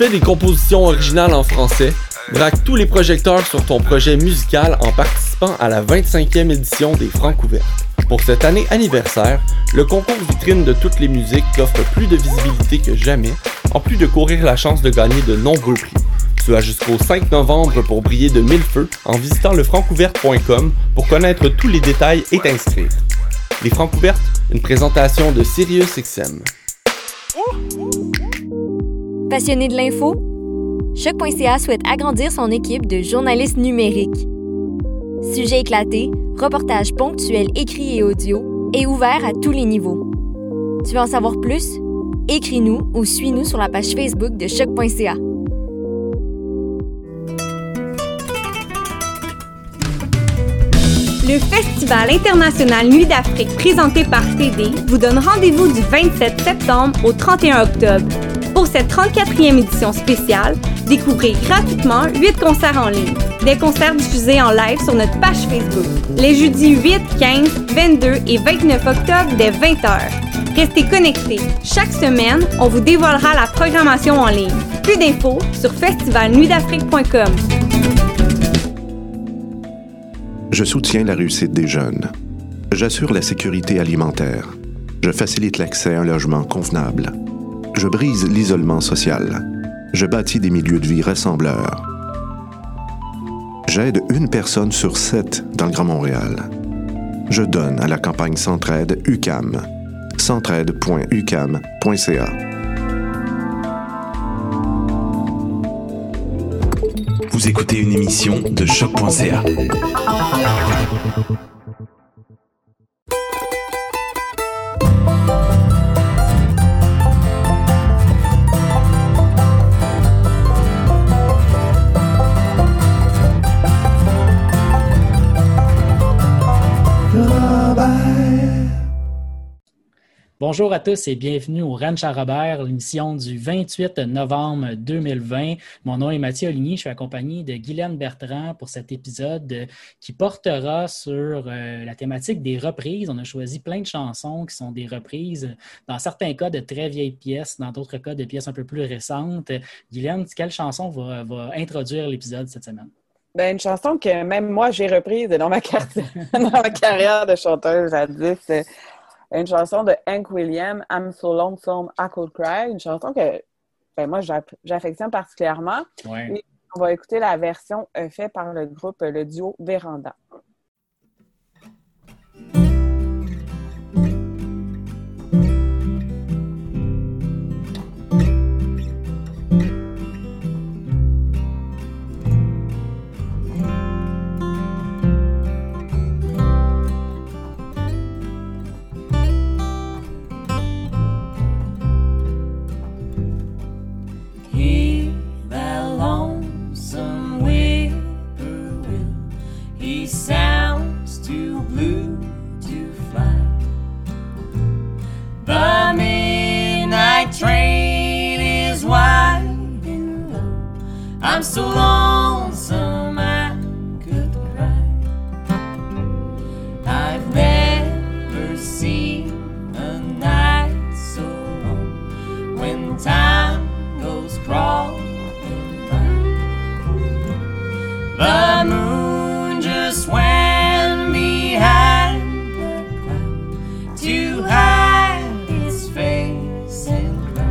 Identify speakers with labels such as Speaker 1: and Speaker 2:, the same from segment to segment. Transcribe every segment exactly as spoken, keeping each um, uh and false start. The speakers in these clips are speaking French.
Speaker 1: fais des compositions originales en français? Braque tous les projecteurs sur ton projet musical en participant à la vingt-cinquième édition des Francs ouvertes. Pour cette année anniversaire, le concours vitrine de toutes les musiques t'offre plus de visibilité que jamais, en plus de courir la chance de gagner de nombreux prix. Tu as jusqu'au cinq novembre pour briller de mille feux en visitant le francouverte point com pour connaître tous les détails et t'inscrire. Les Francs ouvertes, une présentation de SiriusXM.
Speaker 2: Passionné de l'info? Choc point c a souhaite agrandir son équipe de journalistes numériques. Sujets éclatés, reportages ponctuels écrits et audio, et ouverts à tous les niveaux. Tu veux en savoir plus? Écris-nous ou suis-nous sur la page Facebook de choc point c a.
Speaker 3: Le Festival international Nuit d'Afrique présenté par T D vous donne rendez-vous du vingt-sept septembre au trente et un octobre. Pour cette trente-quatrième édition spéciale, découvrez gratuitement huit concerts en ligne. Des concerts diffusés en live sur notre page Facebook. Les jeudis huit, quinze, vingt-deux et vingt-neuf octobre dès vingt heures. Restez connectés. Chaque semaine, on vous dévoilera la programmation en ligne. Plus d'infos sur festival nuit d'afrique point com.
Speaker 4: Je soutiens la réussite des jeunes. J'assure la sécurité alimentaire. Je facilite l'accès à un logement convenable. Je brise l'isolement social. Je bâtis des milieux de vie rassembleurs. J'aide une personne sur sept dans le Grand Montréal. Je donne à la campagne Centraide U Q A M. centraide point u q a m point c a.
Speaker 5: Vous écoutez une émission de choc point c a.
Speaker 6: Bonjour à tous et bienvenue au Ranch à Robert, l'émission du vingt-huit novembre deux mille vingt. Mon nom est Mathieu Oligny, je suis accompagné de Guylaine Bertrand pour cet épisode qui portera sur euh, la thématique des reprises. On a choisi plein de chansons qui sont des reprises, dans certains cas de très vieilles pièces, dans d'autres cas de pièces un peu plus récentes. Guylaine, quelle chanson va, va introduire l'épisode cette semaine?
Speaker 7: Ben, une chanson que même moi j'ai reprise dans ma carrière, dans ma carrière de chanteuse jadis. C'est une chanson de Hank Williams, I'm So Lonesome I Could Cry. Une chanson que ben, moi j'affectionne particulièrement.
Speaker 6: Ouais.
Speaker 7: Et on va écouter la version euh, faite par le groupe, le duo Véranda.
Speaker 8: I'm so lonesome I could cry. I've never seen a night so long when time goes crawling by. The moon just went behind the cloud to hide its face and cry.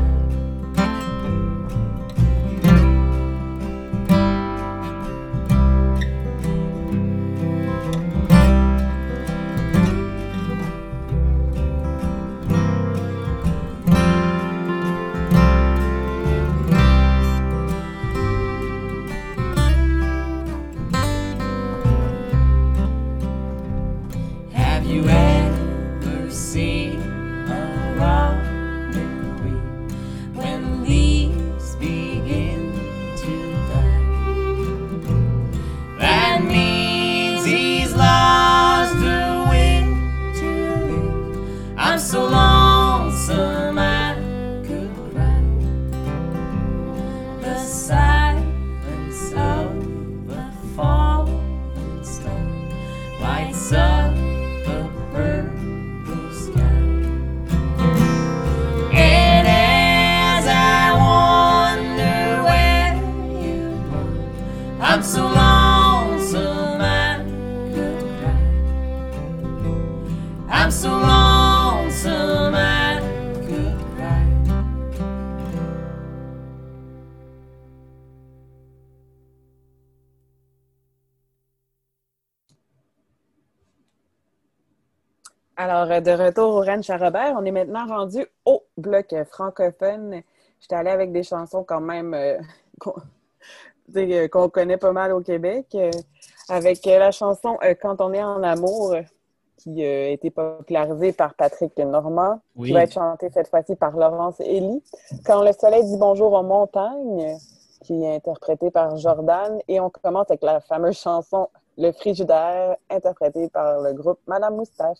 Speaker 7: Alors, de retour au Ranch à Robert, on est maintenant rendu au bloc francophone. J'étais allée avec des chansons quand même euh, qu'on, qu'on connaît pas mal au Québec, euh, avec la chanson euh, « Quand on est en amour », qui euh, a été popularisée par Patrick Normand, oui. qui va être chantée cette fois-ci par Laurence Elie. « Quand le soleil dit bonjour aux montagnes », qui est interprétée par Jordan. Et on commence avec la fameuse chanson « Le frigidaire », interprétée par le groupe Madame Moustache.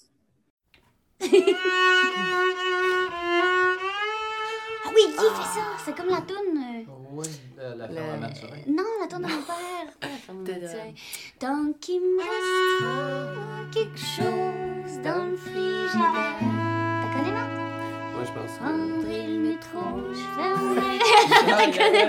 Speaker 9: Ah oui, Guy, ah. fais ça! C'est comme la toune. Euh...
Speaker 10: Oui, la, la femme
Speaker 9: le...
Speaker 10: naturelle.
Speaker 9: Non, la toune de mon père. Ah, la femme naturelle. Tant qu'il me restera quelque chose dans le frigidaire. T'as connais, non?
Speaker 10: Oui, je pense.
Speaker 9: Prendrai le métro, je fermerai.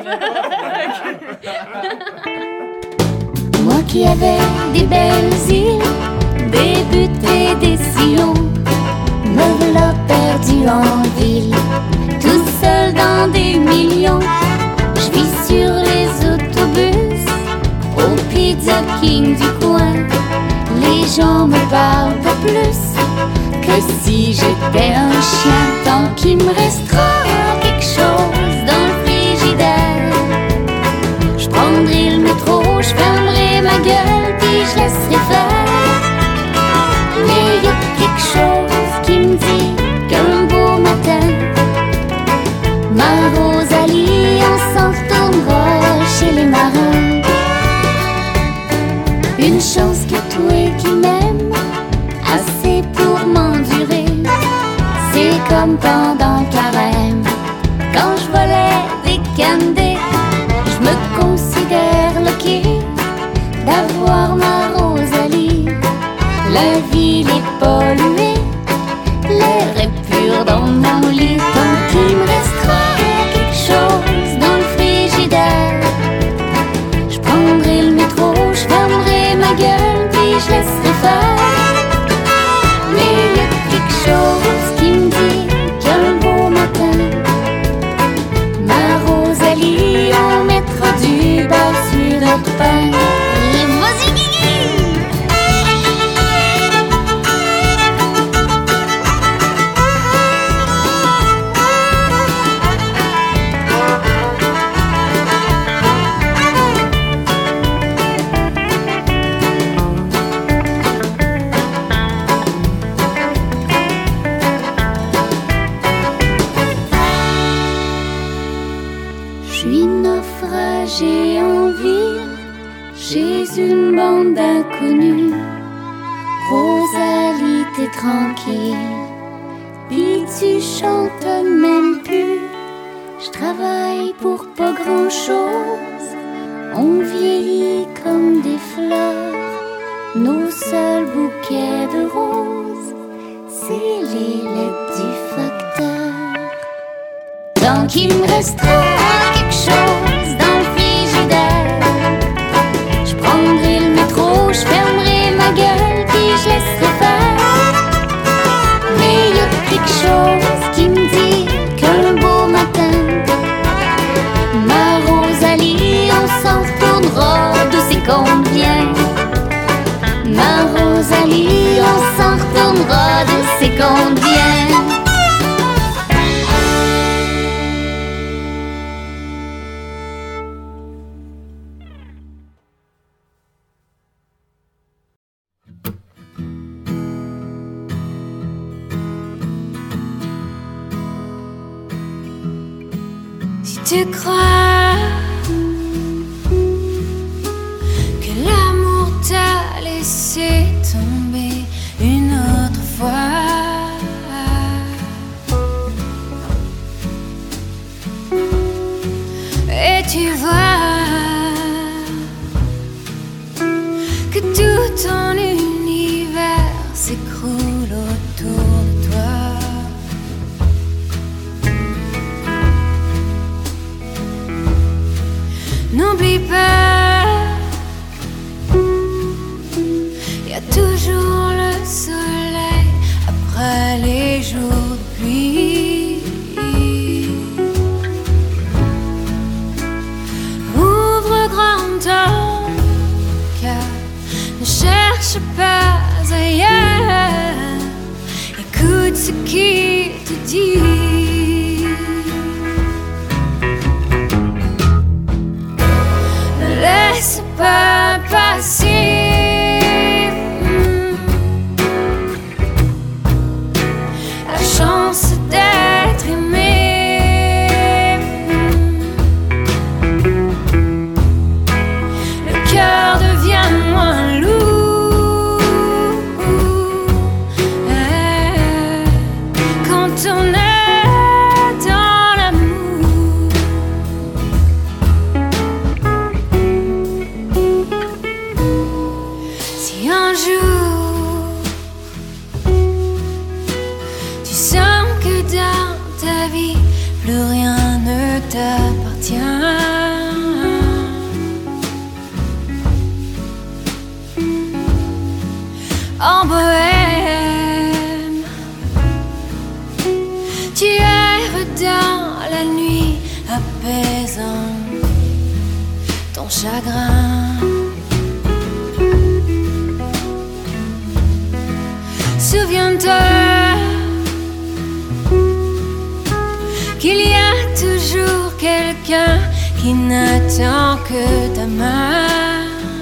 Speaker 9: T'as connais? Moi qui avais des belles îles, des buttes et des sillons, me voilà perdu en ville, tout seul dans des millions. Je vis sur les autobus, au Pizza King du coin. Les gens me parlent pas plus que si j'étais un chien. Tant qu'il me restera quelque chose dans le frigidaire, je prendrai le métro, je fermerai ma gueule, puis je laisserai faire. Mais y a quelque chose qui me dit qu'un beau matin, ma Rosalie, on s'en retournera chez les marins. Une chance que toi qui m'aimes assez pour m'endurer. C'est comme pendant le carême, quand je volais des candés. Je me considère lucky d'avoir ma Rosalie. La ville est polluée, l'air est pur dans mon lit. Tant qu'il me restera quelque chose dans le frigidaire, je prendrai le métro, je fermerai ma gueule, puis je laisserai faire. Mais il y a quelque chose qui me dit qu'un beau matin, ma Rosalie, on mettra du beurre sur notre pain. Et vas-y, Guigui! Naufragé en ville, chez une bande d'inconnus. Rosalie, t'es tranquille, pis tu chantes même plus. Je travaille pour pas grand chose, on vieillit comme des fleurs. Nos seuls bouquets de roses, c'est les lettres du facteur. Tant qu'il me restera quelque chose dans le frigidaire, je prendrai le métro, je fermerai ma gueule, puis je laisserai faire. Mais y a quelque chose qui me dit qu'un beau matin, ma Rosalie, on s'en retournera d'où c'est qu'on vient. Ma Rosalie, on s'en retournera d'où c'est qu'on vient. Tu crois que l'amour t'a laissé tomber une autre fois, et tu vois que tout ton univers s'écroule autour de toi. N'oublie pas, y a toujours le soleil après les jours de pluie. Ouvre grand ton cœur, ne cherche pas ailleurs. écoute ce qu'il te dit. Ne laisse pas passer la chance d'être aimé. Le cœur devient moins lourd quand on est dans l'amour. Si un jour tu sens que dans ta vie plus rien ne t'appartient, en bohème, tu erres dans la nuit apaisant ton chagrin. Souviens-toi qu'il y a toujours quelqu'un qui n'attend que ta main.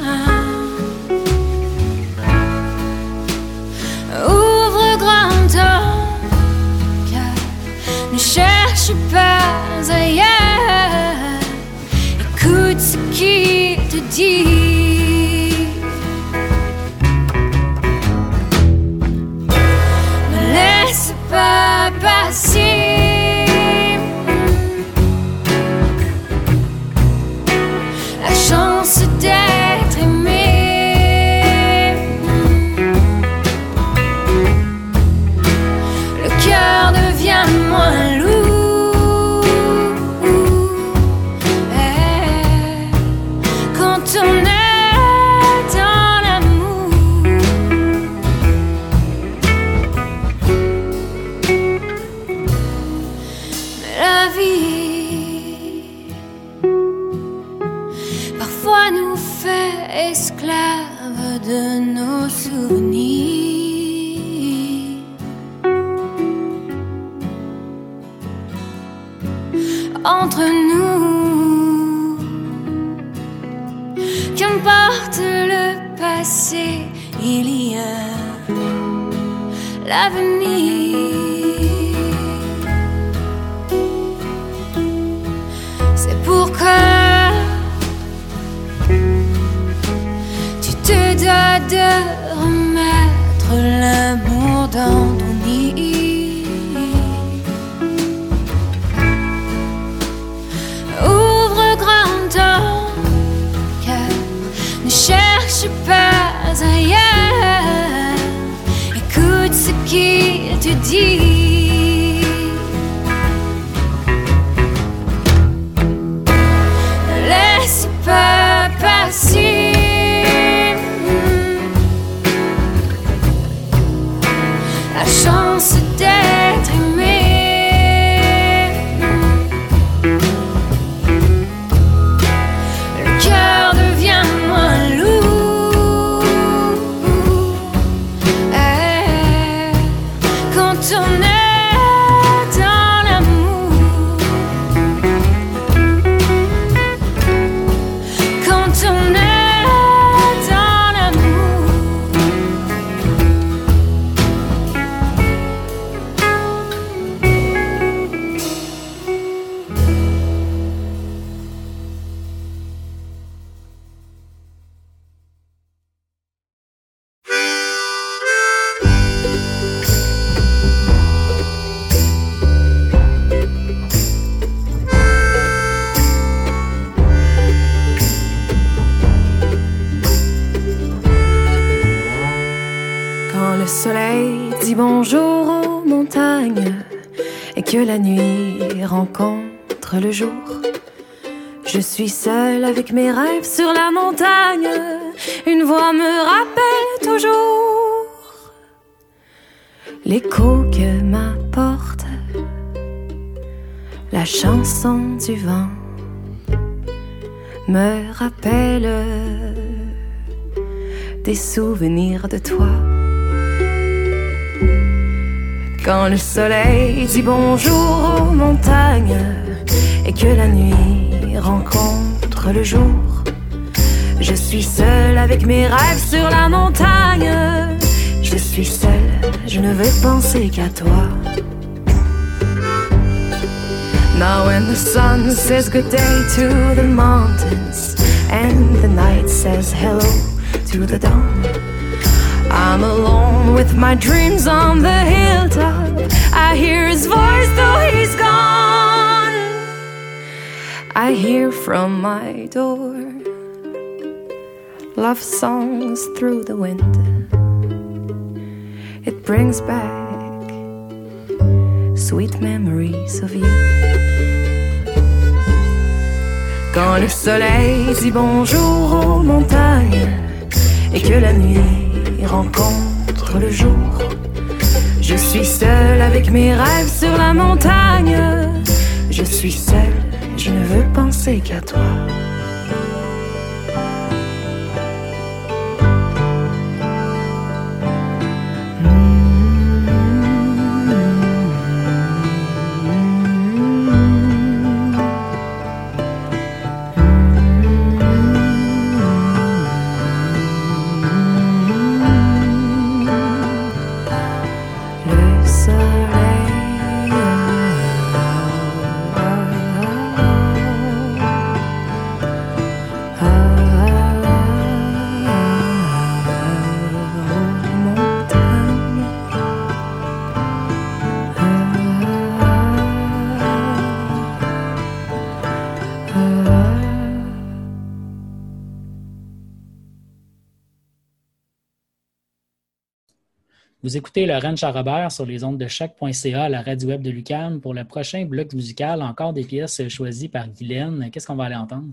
Speaker 9: Ouvre grand ton cœur, ne cherche pas ailleurs. Écoute ce qu'il te dit. Ne laisse pas passer la chance d'être aimé. Le cœur devient moins lourd eh, quand on est dans l'amour. Mais la vie parfois nous fait esclaves de nos souvenirs. Entre nous, qu'importe le passé, il y a l'avenir. C'est pourquoi tu te dois de remettre l'amour dans ton nid. Ouvre grand ton cœur, ne cherche pas ailleurs. Écoute ce qu'il te dit. Ne laisse pas passer la chance d'être aimé. Le cœur devient moins lourd eh, quand on est dans l'amour. Quand on est dans l'amour.
Speaker 11: Quand le soleil dit bonjour aux montagnes et que la nuit rencontre le jour, je suis seule avec mes rêves sur la montagne. Une voix me rappelle toujours l'écho que m'apporte la chanson du vent. Me rappelle des souvenirs de toi. Quand le soleil dit bonjour aux montagnes et que la nuit rencontre le jour, je suis seule avec mes rêves sur la montagne. Je suis seule, je ne veux penser qu'à toi. Now when the sun says good day to the mountains and the night says hello to the dawn, I'm alone with my dreams on the hilltop. I hear his voice though he's gone. I hear from my door love songs through the wind. It brings back sweet memories of you. Quand le soleil dit bonjour aux montagnes et que la nuit rencontre le jour, je suis seule avec mes rêves sur la montagne. Je suis seule, je ne veux penser qu'à toi.
Speaker 6: Vous écoutez Lorraine Charrobert sur les ondes de choc point c a, la radio web de l'U Q A M. Pour le prochain bloc musical, encore des pièces choisies par Guylaine. Qu'est-ce qu'on va aller entendre?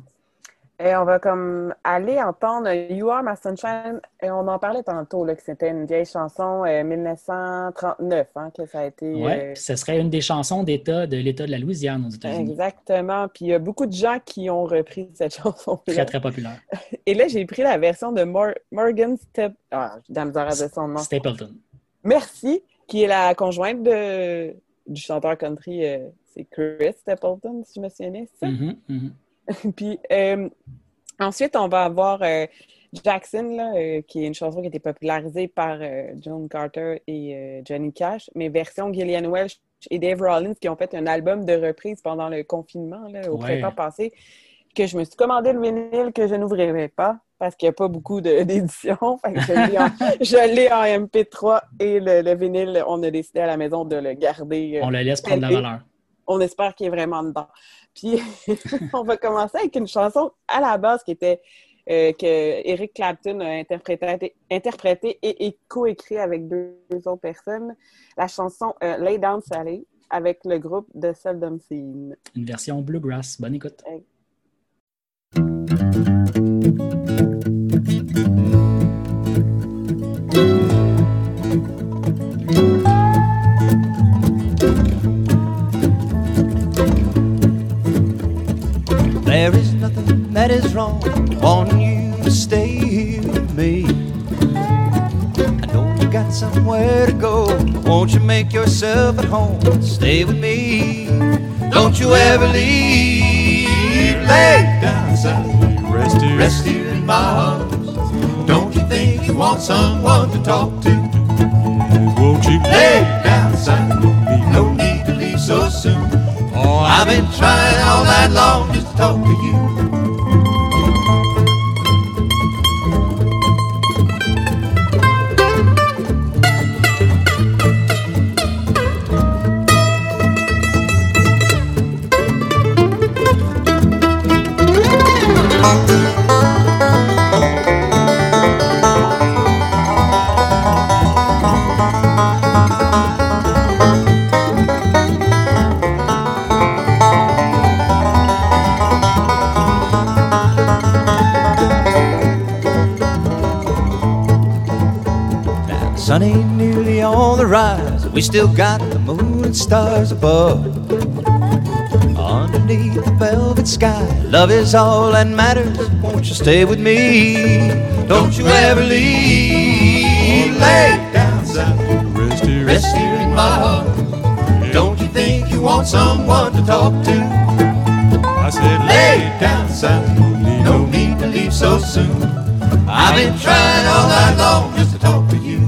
Speaker 7: Et on va comme aller entendre You Are My Sunshine. Et on en parlait tantôt, là, que c'était une vieille chanson euh, dix-neuf cent trente-neuf, hein, que ça a été...
Speaker 6: Oui, euh... ce serait une des chansons d'État de l'État de la Louisiane aux États-Unis.
Speaker 7: Exactement. Puis il y a beaucoup de gens qui ont repris cette chanson-là.
Speaker 6: Très, très populaire.
Speaker 7: Et là, j'ai pris la version de Mor- Morgan Step... Ah, j'ai de la misère à dire son nom.
Speaker 6: Stapleton.
Speaker 7: Merci, qui est la conjointe de, du chanteur country, euh, c'est Chris Stapleton, si je me souviens bien, c'est ça?
Speaker 6: Mm-hmm, mm-hmm.
Speaker 7: Puis euh, ensuite, on va avoir euh, Jackson, là, euh, qui est une chanson qui a été popularisée par euh, Joan Carter et euh, Johnny Cash, mais version Gillian Welch et Dave Rollins, qui ont fait un album de reprise pendant le confinement, là, au
Speaker 6: ouais.
Speaker 7: printemps passé, que je me suis commandé le vinyle que je n'ouvrirai pas, parce qu'il n'y a pas beaucoup de, d'éditions. Fait que je, l'ai en, je l'ai en M P trois et le, le vinyle, on a décidé à la maison de le garder.
Speaker 6: On le laisse prendre la valeur.
Speaker 7: On espère qu'il est vraiment dedans. Puis, on va commencer avec une chanson à la base qui était euh, que Eric Clapton a interprété, interprété et, et coécrit avec deux, deux autres personnes. La chanson euh, Lay Down Sally avec le groupe de Seldom Seen.
Speaker 6: Une version bluegrass. Bonne écoute.
Speaker 7: Hey.
Speaker 12: There is nothing that is wrong wanting you to stay here with me. I know you got somewhere to go. Won't you make yourself at home? Stay with me. Don't you ever leave. Lay down, Sally. Rest here, rest here in my arms. Don't you think you want someone to talk to? Won't you lay down, Sally? No need to leave so soon. Oh, I've been trying all night long just to talk to you. Sun ain't nearly on the rise, we still got the moon and stars above. Underneath the velvet sky, love is all that matters. Won't you stay with me? Don't you ever leave. Lay down, son, rest here, rest here in my my heart. Don't you think you want someone to talk to? I said, lay it down, son, no need to leave so soon. I've been trying all night long just to talk to you.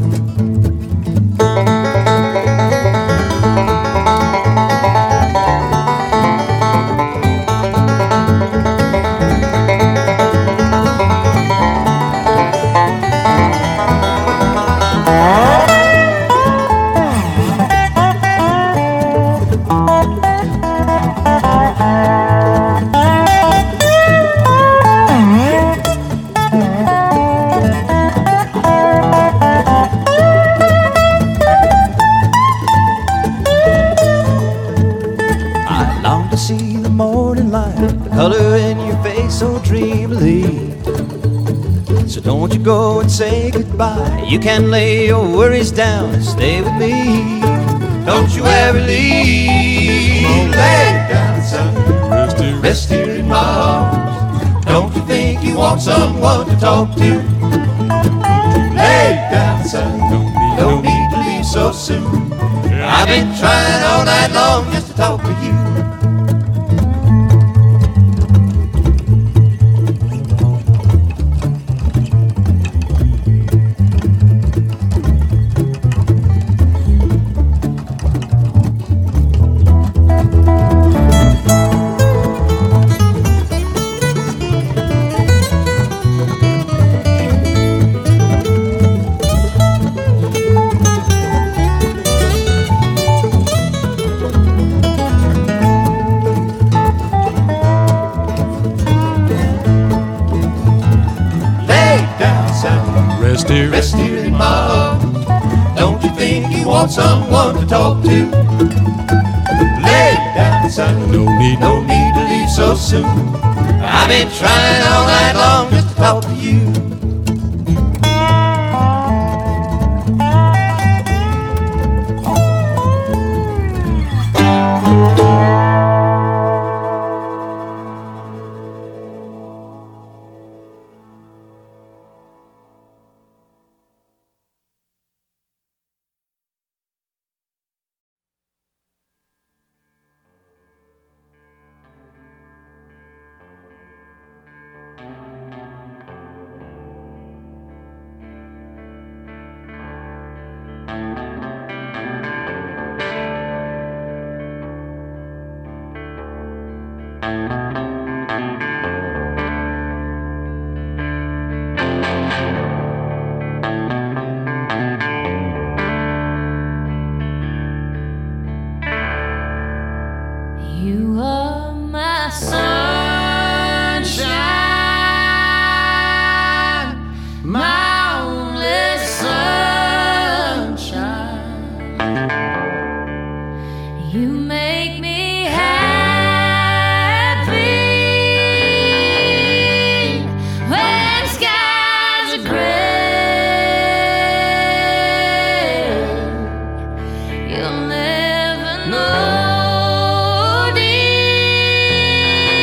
Speaker 12: Color in your face so dreamily. So don't you go and say goodbye. You can lay your worries down and stay with me. Don't you ever leave. Lay it down, son. Rest here, rest here in my arms. Don't you think you want someone to talk to? Lay it down, son. No need to leave so soon. I've been trying all night long just to talk to you. Rest here, rest here in my arms. Don't you think you want someone to talk to? Lay it down, son. No need, no need to leave so soon. I've been trying all night long just to talk to you.
Speaker 8: You are my sunshine, my only sunshine. You make me happy when skies are gray. You'll never know.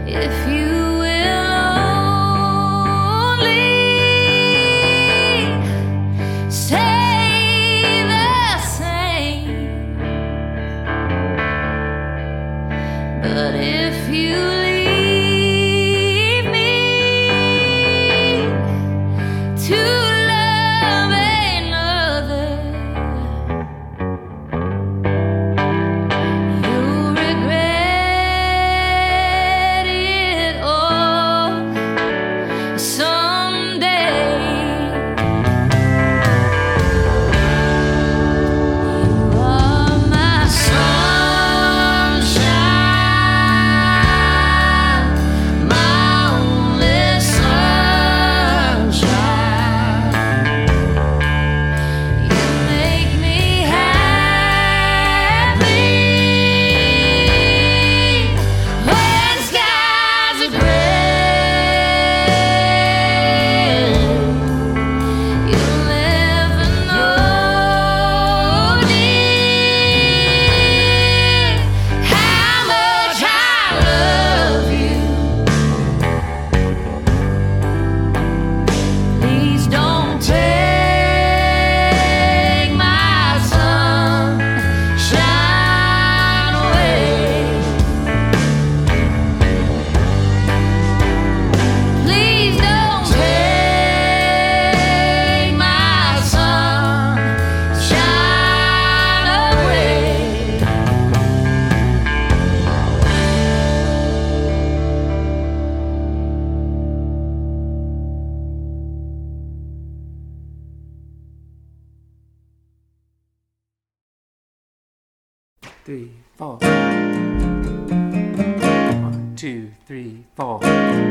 Speaker 8: if you will only stay the same. But if you leave me to love another, you'll regret it all someday. You are my sunshine, my only sunshine. You make me happy when skies are gray. You'll never know, dear, how much I love you. Please don't take my sunshine away. Please don't take my sunshine away.
Speaker 10: Three, four. One, two, three, four.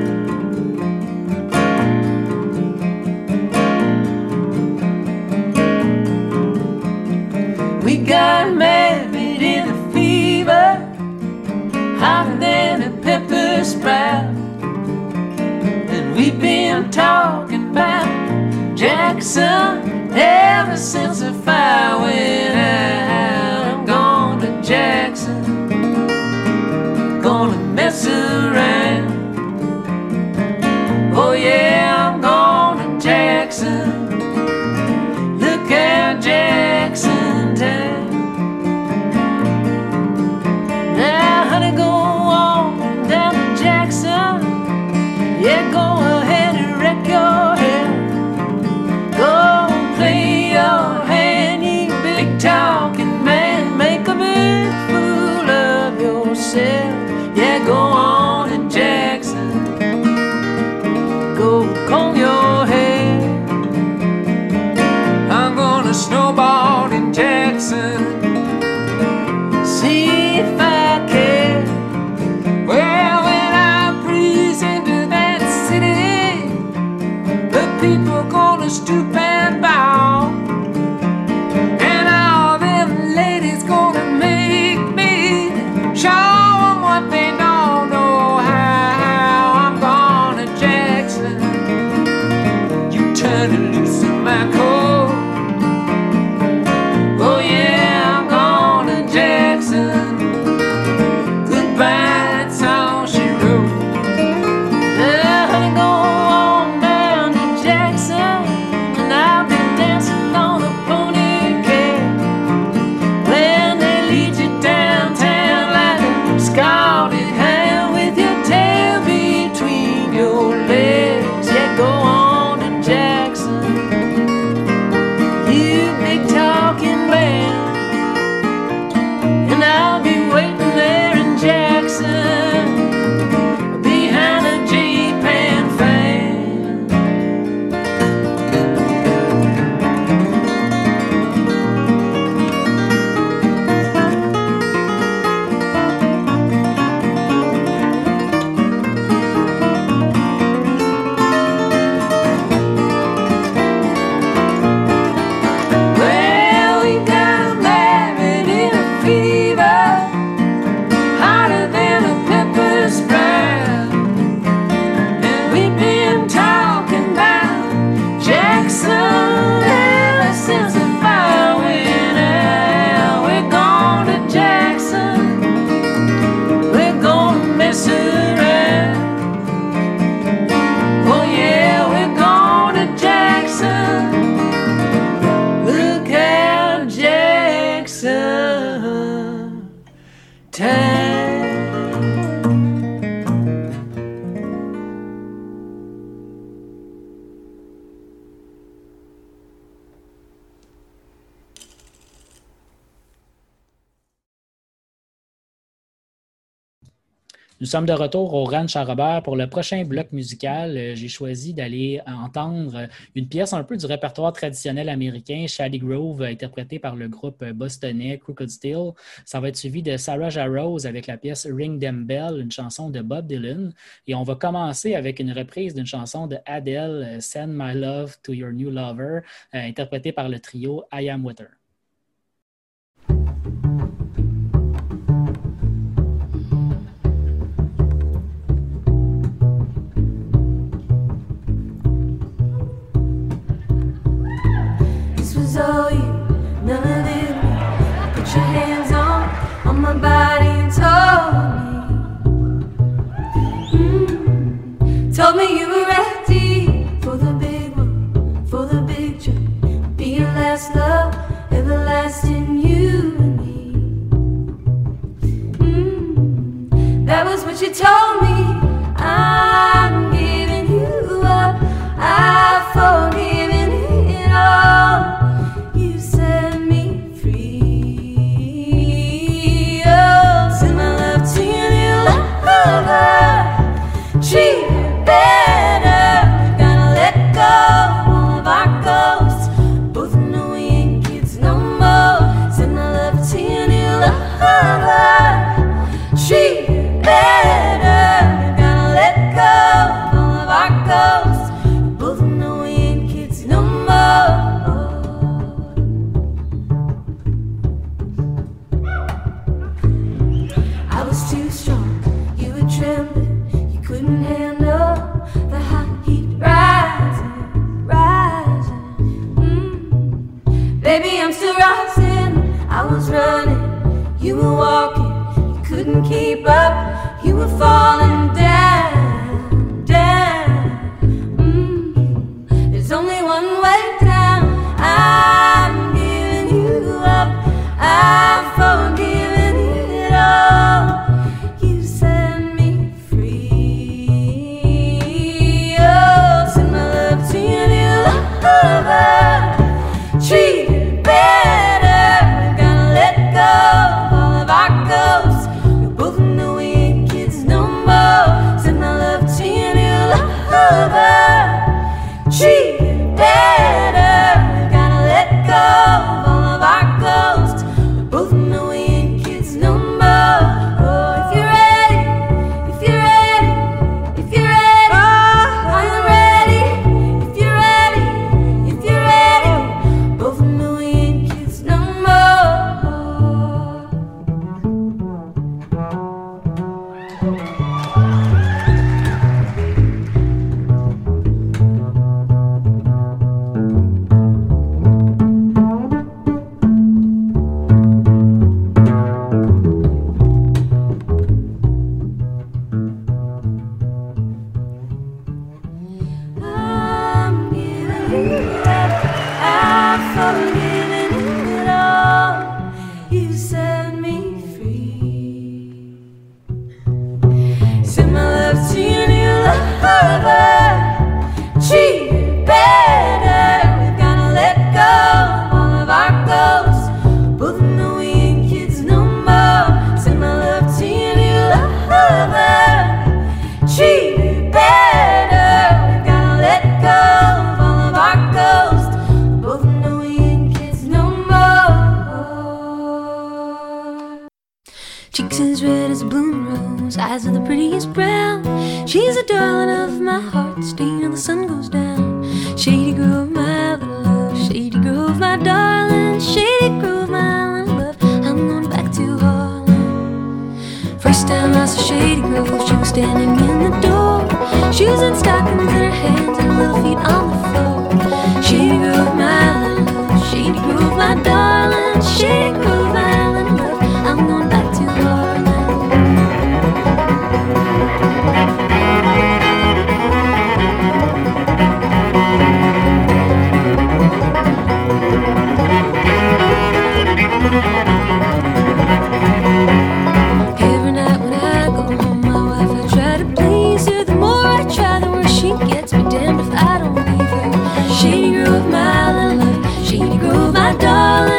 Speaker 13: We got married in a fever, hotter than a pepper sprout. And we've been talking about Jackson ever since the fire went out. I'm going to Jackson, gonna mess around. Oh yeah, I'm going to Jackson. Look out, Jackson town. Now, honey, go on down to Jackson. Yeah, go ahead and wreck your head. Go play your hand, you big talking man. Make a big fool of yourself. Yeah, go on to Jackson. Go comb your hair. I'm gonna snowball in Jackson. See if I care. Well, when I breeze into that city, the people gonna stoop and bow. And all them ladies gonna make me show 'em what they don't know
Speaker 6: Nous sommes de retour au Ranch à Robert pour le prochain bloc musical. Euh, j'ai choisi d'aller entendre une pièce un peu du répertoire traditionnel américain, Shady Grove, interprétée par le groupe bostonnais Crooked Steel. Ça va être suivi de Sarah Jarosz avec la pièce Ring Them Bell, une chanson de Bob Dylan. Et on va commencer avec une reprise d'une chanson de Adele, Send My Love to Your New Lover, euh, interprétée par le trio I Am With Her.
Speaker 11: All you, none of it. Put your hands on, on my body and told me, mm, told me you were ready for the big one, for the big trip. Be your last love, everlasting you and me. Mm, that was what you told me. I'm giving you up. I've forgiven it all. Treat me better, gotta let go of our ghosts. Both know we ain't kids no more. Send my love to your new lover. Treat me better, gotta let go of our ghosts. Both know we ain't kids no more. I was too strong, you were trembling. Couldn't handle the hot heat rising, rising. Mm. Baby, I'm still rising. I was running, you were walking. You couldn't keep up, you were falling down, down. Mm. There's only one way down. I'm giving you up. I've forgiven it all. You set me free. Treat it better, gotta let go of all of our ghosts. We both know we ain't kids no more. Send my love to your new lover. Treat it better, gotta let go of all of our ghosts. We both know we ain't kids no more. Oh, if you're ready, if you're ready, if you're ready, oh, I am ready. If you're ready, if you're ready, both know we ain't kids no more. I'm giving you up. I've forgiven it all. You set me free. Send my love to your new lover. Treat it better. We've gotta let go of all of our ghosts. Both know we ain't kids no more. Send my love to your new lover. Treat it better. We've gotta let go of all of our ghosts. Both know we ain't kids no more. Cheeks as red as a blooming rose, eyes are the prettiest brown. She's a darling of my heart, staying till the sun goes down. Shady Grove, my little love. Shady Grove, my darling. Shady Grove, my little love. I'm going back to Harlem. First time I saw Shady Grove, she was standing in the door. Shoes and stockings in her hands and little feet on the floor. Shady Grove, my little love. Shady Grove, my darling. Shady Grove, my little love. I'm going back to Harlem. Every night when I go home, my wife, I try to please her. The more I try, the worse she gets me. Damned if I don't leave her. Shady Grove, my little love. Shady Grove, my darling.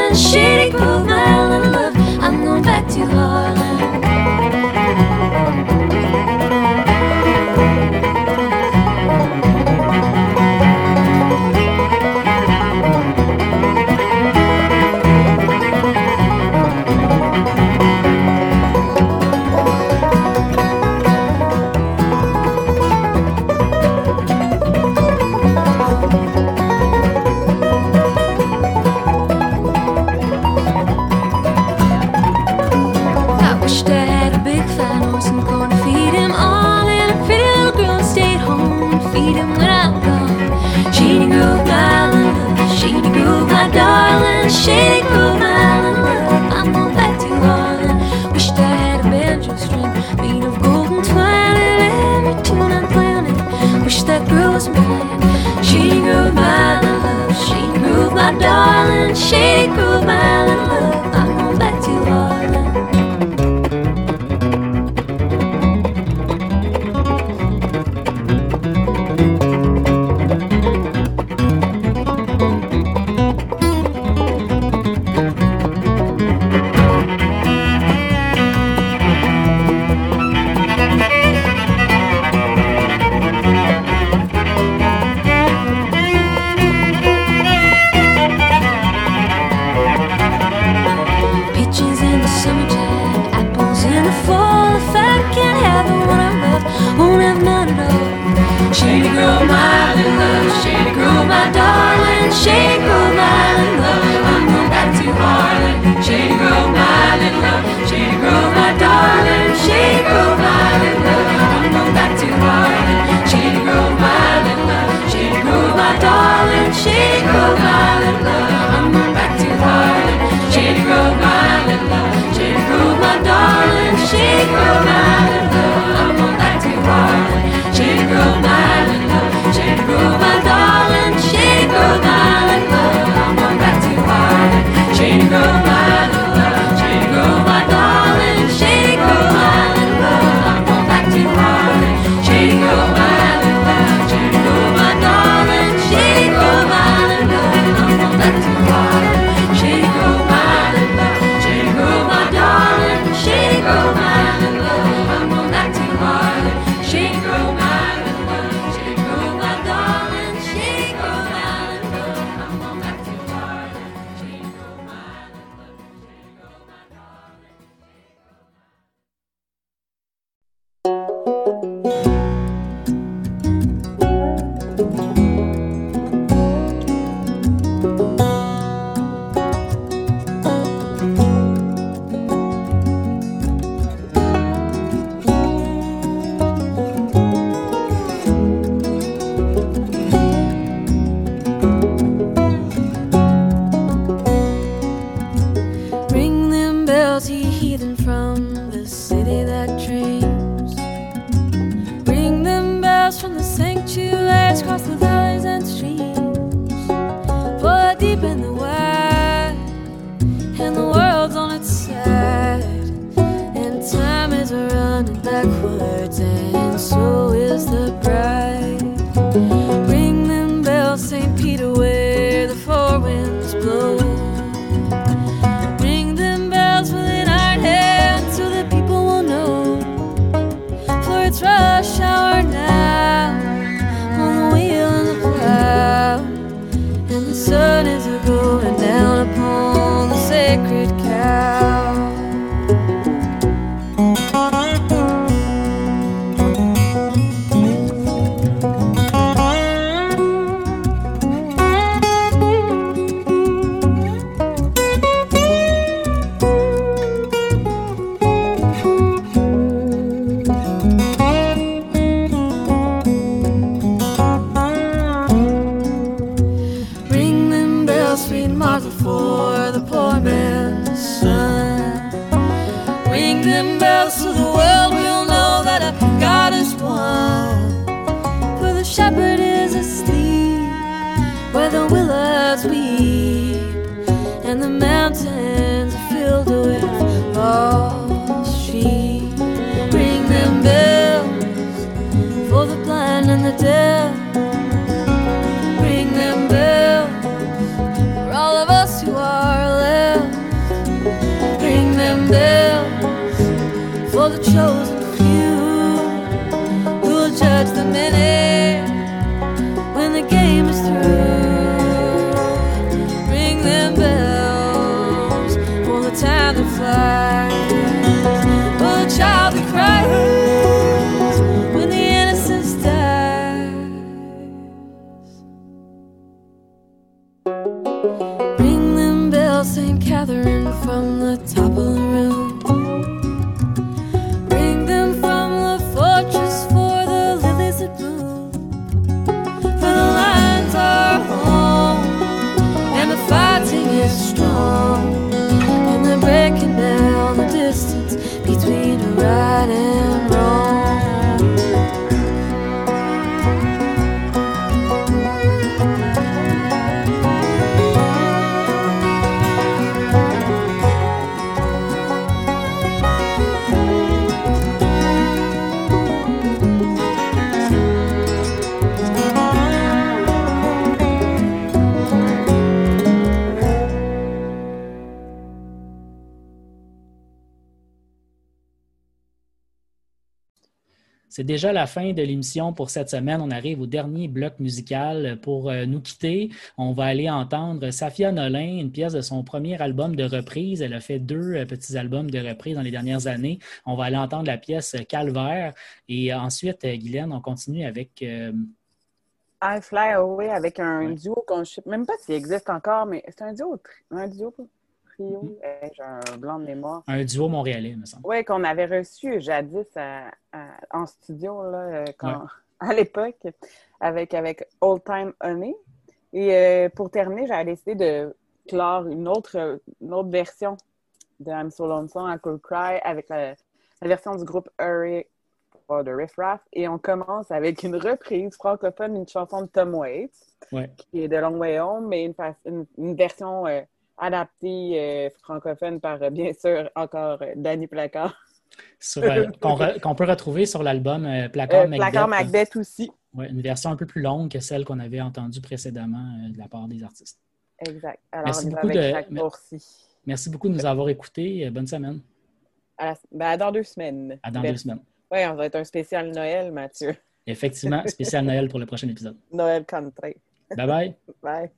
Speaker 9: Shady Grove, my little love, I'm going back to Harlan. Shady Grove, my little love, Shady Grove, my darling, Shady Grove, my little love, I'm going back to Harlan. Shady Grove, my little love, Shady Grove, my darling, Shady Grove, my little love, I'm going back to Harlan. Shady Grove, my little love, Shady Grove, my darling, Shady Grove, my little love, I'm going back to Harlan. Shady Grove, my little love, Shady Grove, my darling, Shady Grove, my little love, I'm going back to Harlan. Shady Grove, my little love, Shady Grove, my darling, Shady Grove, my little love, I'm going back to Harlan. Shady Grove, my little love, Shady Grove, my darling, Shady Grove, my little love, I'm going back to Harlan. Shady Grove, my little love, Shady Grove, my darling, Shady Grove, my little love, I'm going back to Harlan. Shady Grove, my little love, Shady Grove, my darling, Shady Grove, my little love, I'm going back to Harlan. Shady Grove, my child that cries when the innocents die.
Speaker 6: C'est déjà la fin de l'émission pour cette semaine. On arrive au dernier bloc musical. Pour euh, nous quitter, on va aller entendre Safia Nolin, une pièce de son premier album de reprise. Elle a fait deux euh, petits albums de reprise dans les dernières années. On va aller entendre la pièce Calvaire. Et ensuite, euh, Guylaine, on continue avec... Euh...
Speaker 7: I Fly Away avec un
Speaker 6: Ouais.
Speaker 7: duo qu'on ne sait même pas s'il existe encore, mais c'est un duo, tri- un duo trio.
Speaker 6: Mhm.
Speaker 7: Eh, j'ai un blanc de mémoire.
Speaker 6: Un duo montréalais, me semble.
Speaker 7: Oui, qu'on avait reçu jadis à- à- en studio là, euh, quand,
Speaker 6: Ouais.
Speaker 7: à l'époque avec, avec Old Time Honey. Et euh, pour terminer, j'avais décidé de clore une autre, une autre version de I'm So Lonesome, I Could Cry avec la, la version du groupe Hurry de Riff Raff. Et on commence avec une reprise francophone d'une chanson de Tom Waits,
Speaker 6: Ouais.
Speaker 7: qui est de Long Way Home, mais une, fa- une, une version euh, adaptée euh, francophone par, euh, bien sûr, encore euh, Danny Placard.
Speaker 6: Sur, euh, qu'on, re- qu'on peut retrouver sur l'album euh, Placard
Speaker 7: Euh,
Speaker 6: Macbeth.
Speaker 7: Placard Macbeth aussi.
Speaker 6: Ouais, une version un peu plus longue que celle qu'on avait entendue précédemment euh, de la part des artistes.
Speaker 7: Exact. Alors,
Speaker 6: Merci
Speaker 7: on y va
Speaker 6: beaucoup,
Speaker 7: avec
Speaker 6: de,
Speaker 7: chaque tour-ci.
Speaker 6: merci beaucoup de nous avoir écoutés. Euh, Bonne semaine.
Speaker 7: À, la- ben, à dans deux semaines.
Speaker 6: À dans
Speaker 7: Merci.
Speaker 6: deux semaines.
Speaker 7: Oui, on va être un spécial Noël, Mathieu.
Speaker 6: Effectivement, spécial Noël pour le prochain épisode.
Speaker 7: Noël country.
Speaker 6: Bye bye.
Speaker 7: Bye.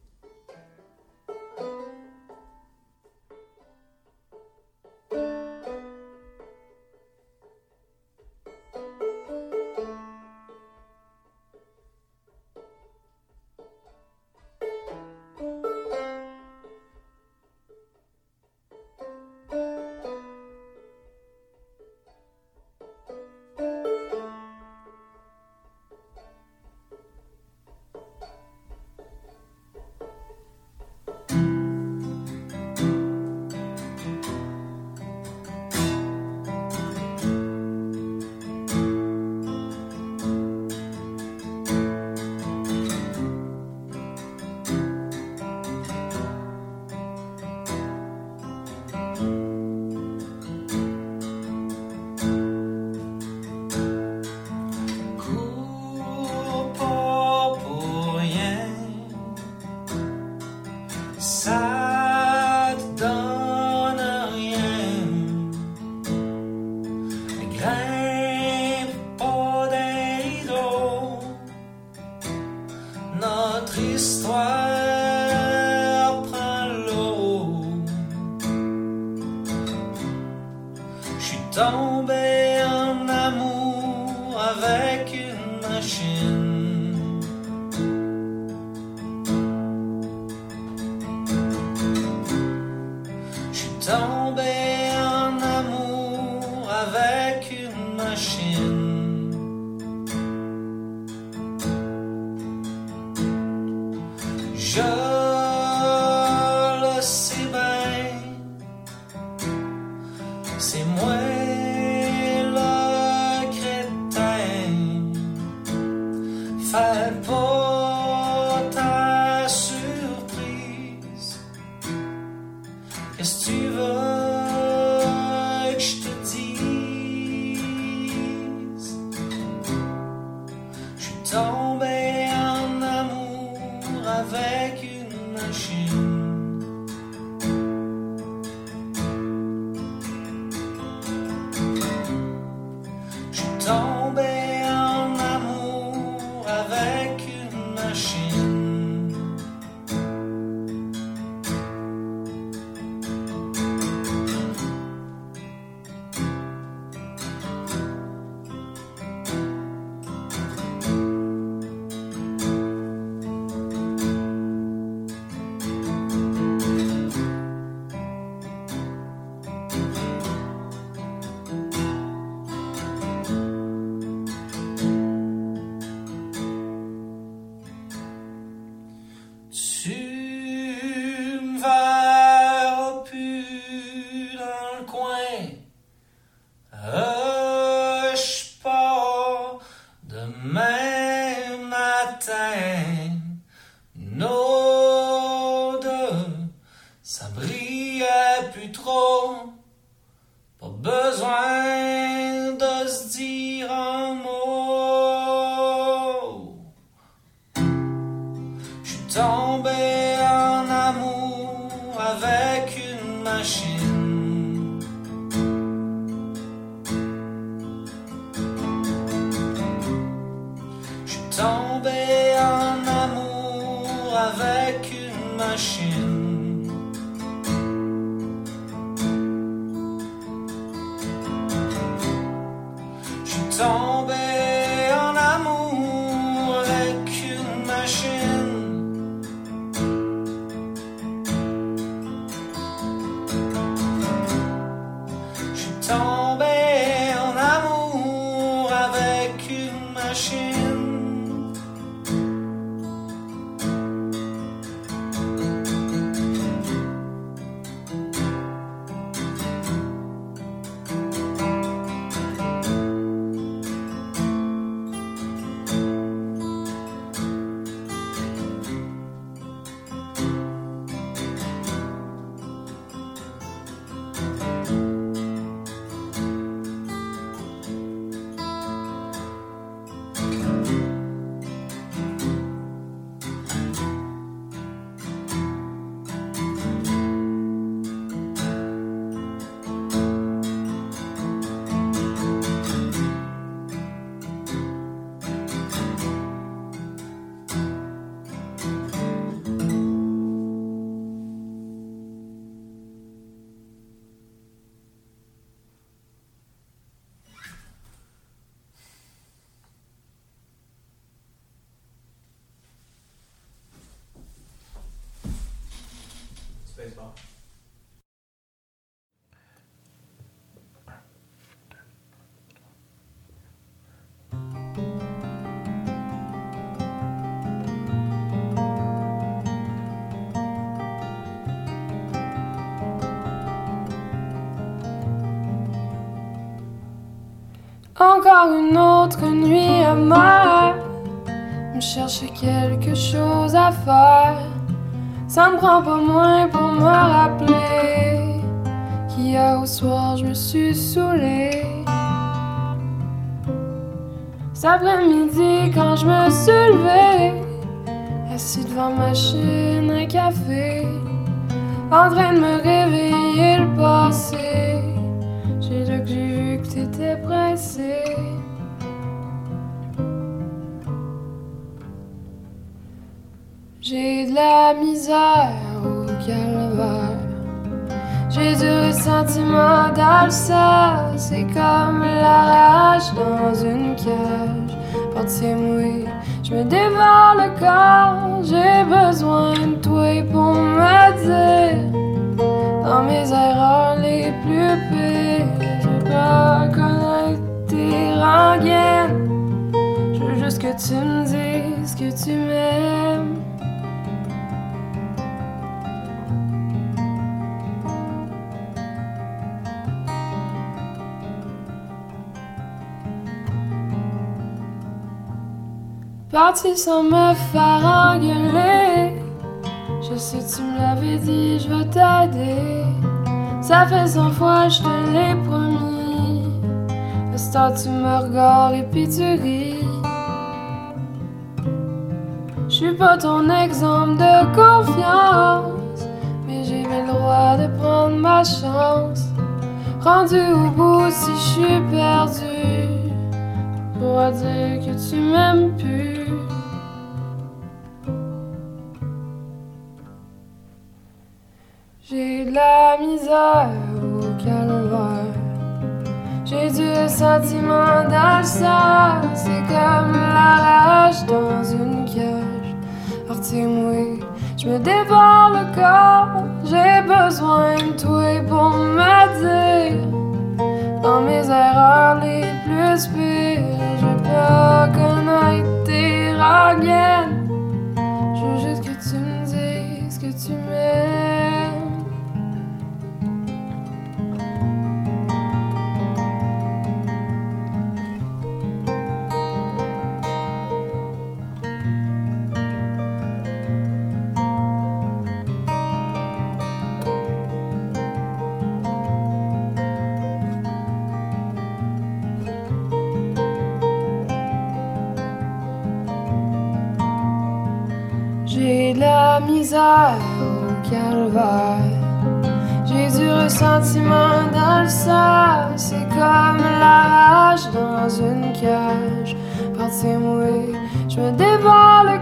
Speaker 12: Cours pas pour rien, ça te donne rien. Grimpe pas des dos, notre histoire prend l'eau. J'suis tombé en amour avec une machine. J'suis tombé en amour avec une machine. Je le sais bien, c'est moi le crétin. Fais pas ta surprise. Qu'est-ce que tu veux que je te dise? Je suis tombé en amour avec une machine. Je suis tombé en amour avec une machine. Tu me verras plus dans le coin. Euh, je pars demain matin. Nos deux, ça brillait plus trop. Pas besoin de se dire un mot. J'suis tombé en amour avec une machine. tombé en amour avec une machine. Je suis tombé en amour avec une machine. Je suis tombé en amour avec une machine.
Speaker 11: Encore une autre nuit amère, me chercher quelque chose à faire. Ça me prend pas moins pour me rappeler qu'hier au soir je me suis saoulée. Cet après-midi quand je me suis levée, assis devant ma machine à café, en train de me réveiller le passé. J'ai là que j'ai vu que t'étais pressé. J'ai de la misère au calvaire. J'ai du ressentiment dans le sang. C'est comme la rage dans une cage. Parti mouillé, je me dévore le corps. J'ai besoin de toi pour me dire, dans mes erreurs les plus pires, je veux pas connaître tes rengaines. Je veux juste que tu me dises que tu m'aimes. Parti sans me faire engueuler. Je sais tu me l'avais dit, je vais t'aider. Ça fait cent fois je te l'ai promis. À ce temps tu me regardes et puis tu ris. Je suis pas ton exemple de confiance, mais j'ai le droit de prendre ma chance. Rendu au bout si je suis perdu, pour dire que tu m'aimes plus. J'ai de la misère au calvaire. J'ai du sentiment dans le sang. C'est comme la rage dans une cage. Ortie-moi, je me dévore le corps. J'ai besoin de toi pour me dire, dans mes erreurs les plus pires, je veux pas connaître tes rengaines. Je veux juste que tu me dises que tu m'aimes. J'ai de la misère au calvaire. J'ai du ressentiment dans le sang. C'est comme la rage dans une cage. Parti mouillé, je me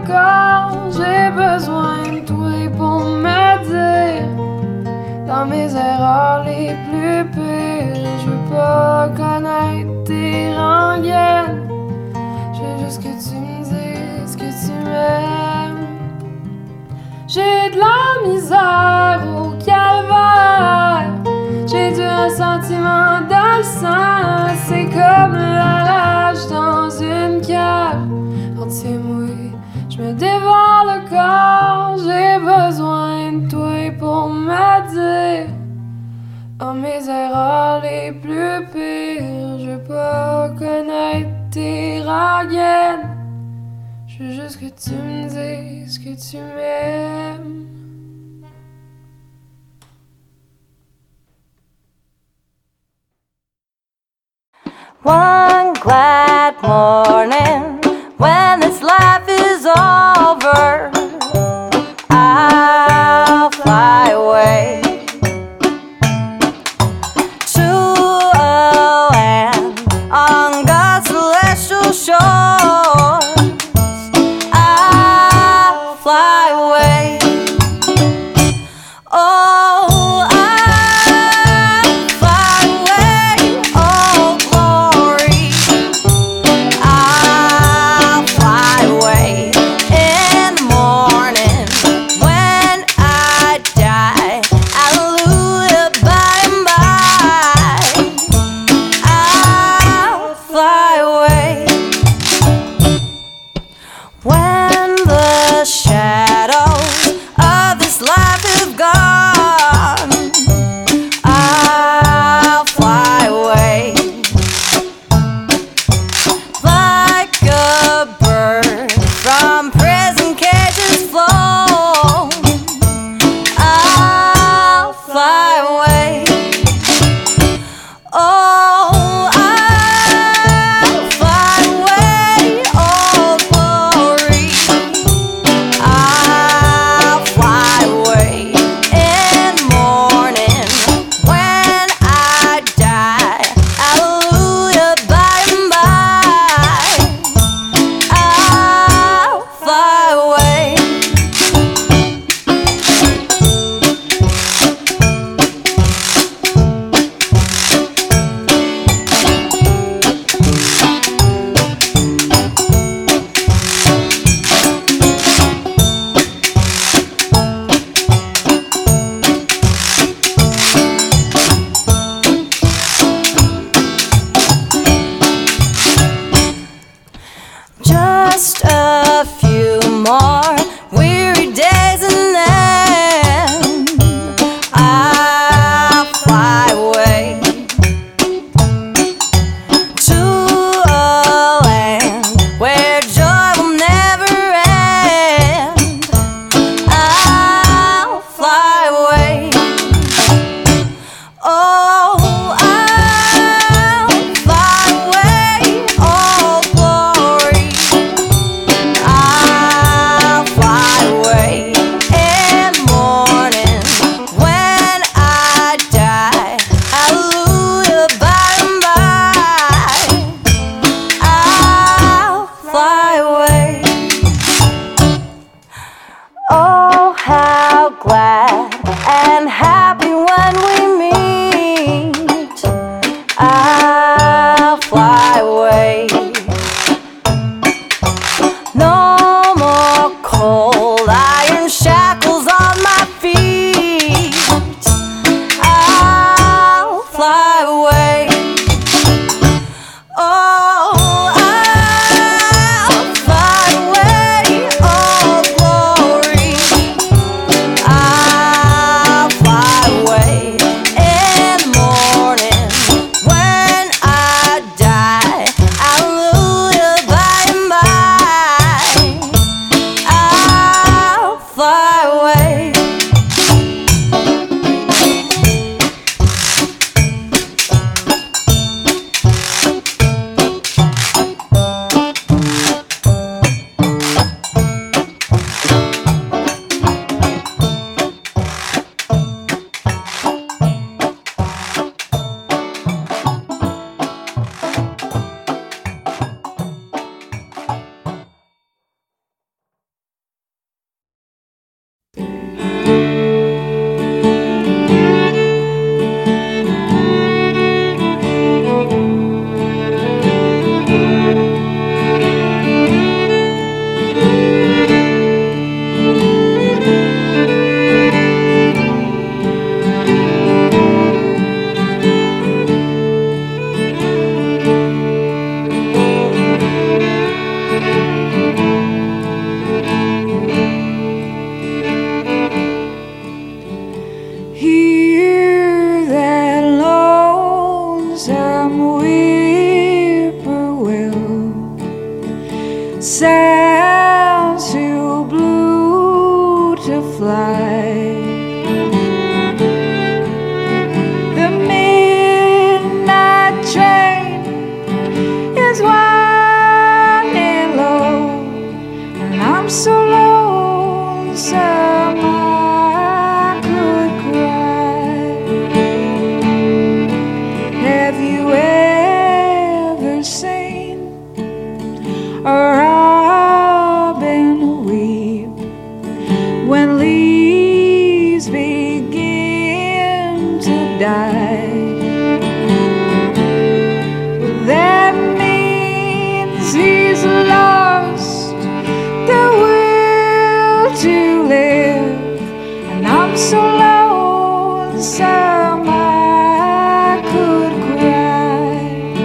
Speaker 11: le corps, j'ai besoin de toi pour me dire. Dans mes erreurs les plus pires, je veux pas connaître tes rengaines. Je veux juste que tu me dises que tu m'aimes. J'ai de la misère au calvaire. J'ai du ressentiment dans le sang. C'est comme la rage dans une cave. Entier-moi, je me dévore le corps. J'ai besoin de toi pour me dire. En mes erreurs les plus pires, je veux pas connaître tes rengaines. Je veux juste que tu me dises que tu m'aimes.
Speaker 14: One glad morning, when this life is over, I'll fly away to a land on God's celestial shore. I'll fly away. Oh, I'll fly away. Oh, glory. I'll fly away in the morning when I die. Hallelujah, by and by. I'll fly away. When the shadows of this life have gone, I'll fly away. Like a bird from prison cages flown, I'll fly away. Oh, I'll fly away. Oh, glory. I'll fly away in the morning when I die. Hallelujah, by and by. I'll fly away. Just a few more weary days and then I'll fly away to a land where joy will never end. I'll fly away. Oh, I'll fly away. Oh, glory. I'll
Speaker 15: sounds too blue to fly. The midnight train is winding low, and I'm so lonesome I could cry. Have you ever seen a robin weep when leaves begin to die? That means he's lost the will to live, and I'm so lonesome I could cry.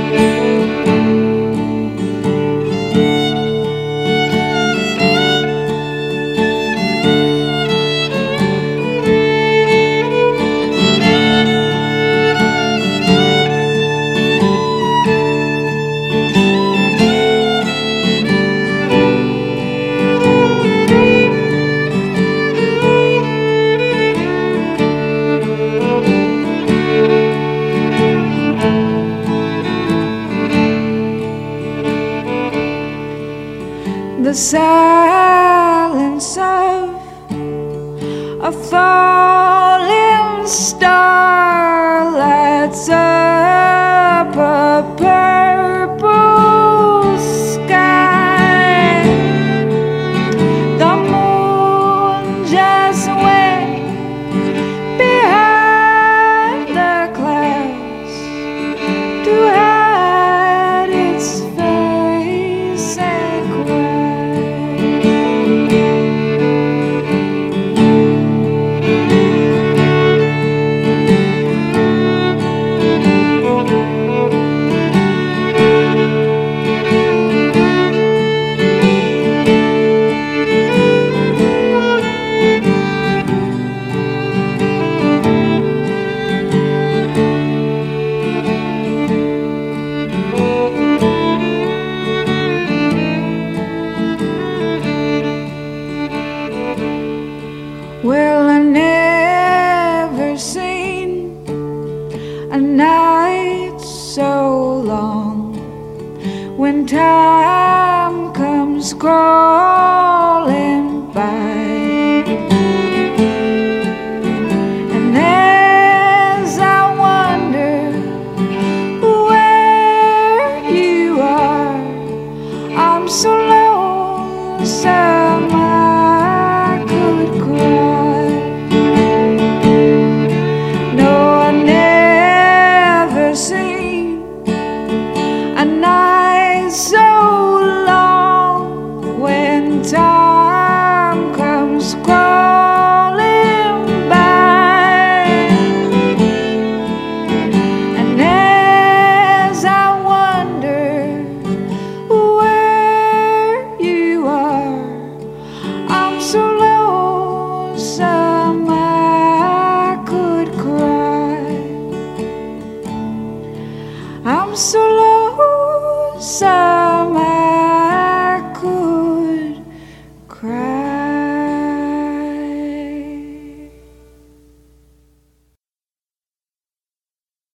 Speaker 15: The silence of a falling star lights up a purple sky. The moon just went behind the clouds to hide its face and cry. Well, I never seen a night so long when time comes crawling by. And as I wonder where you are, I'm so lonesome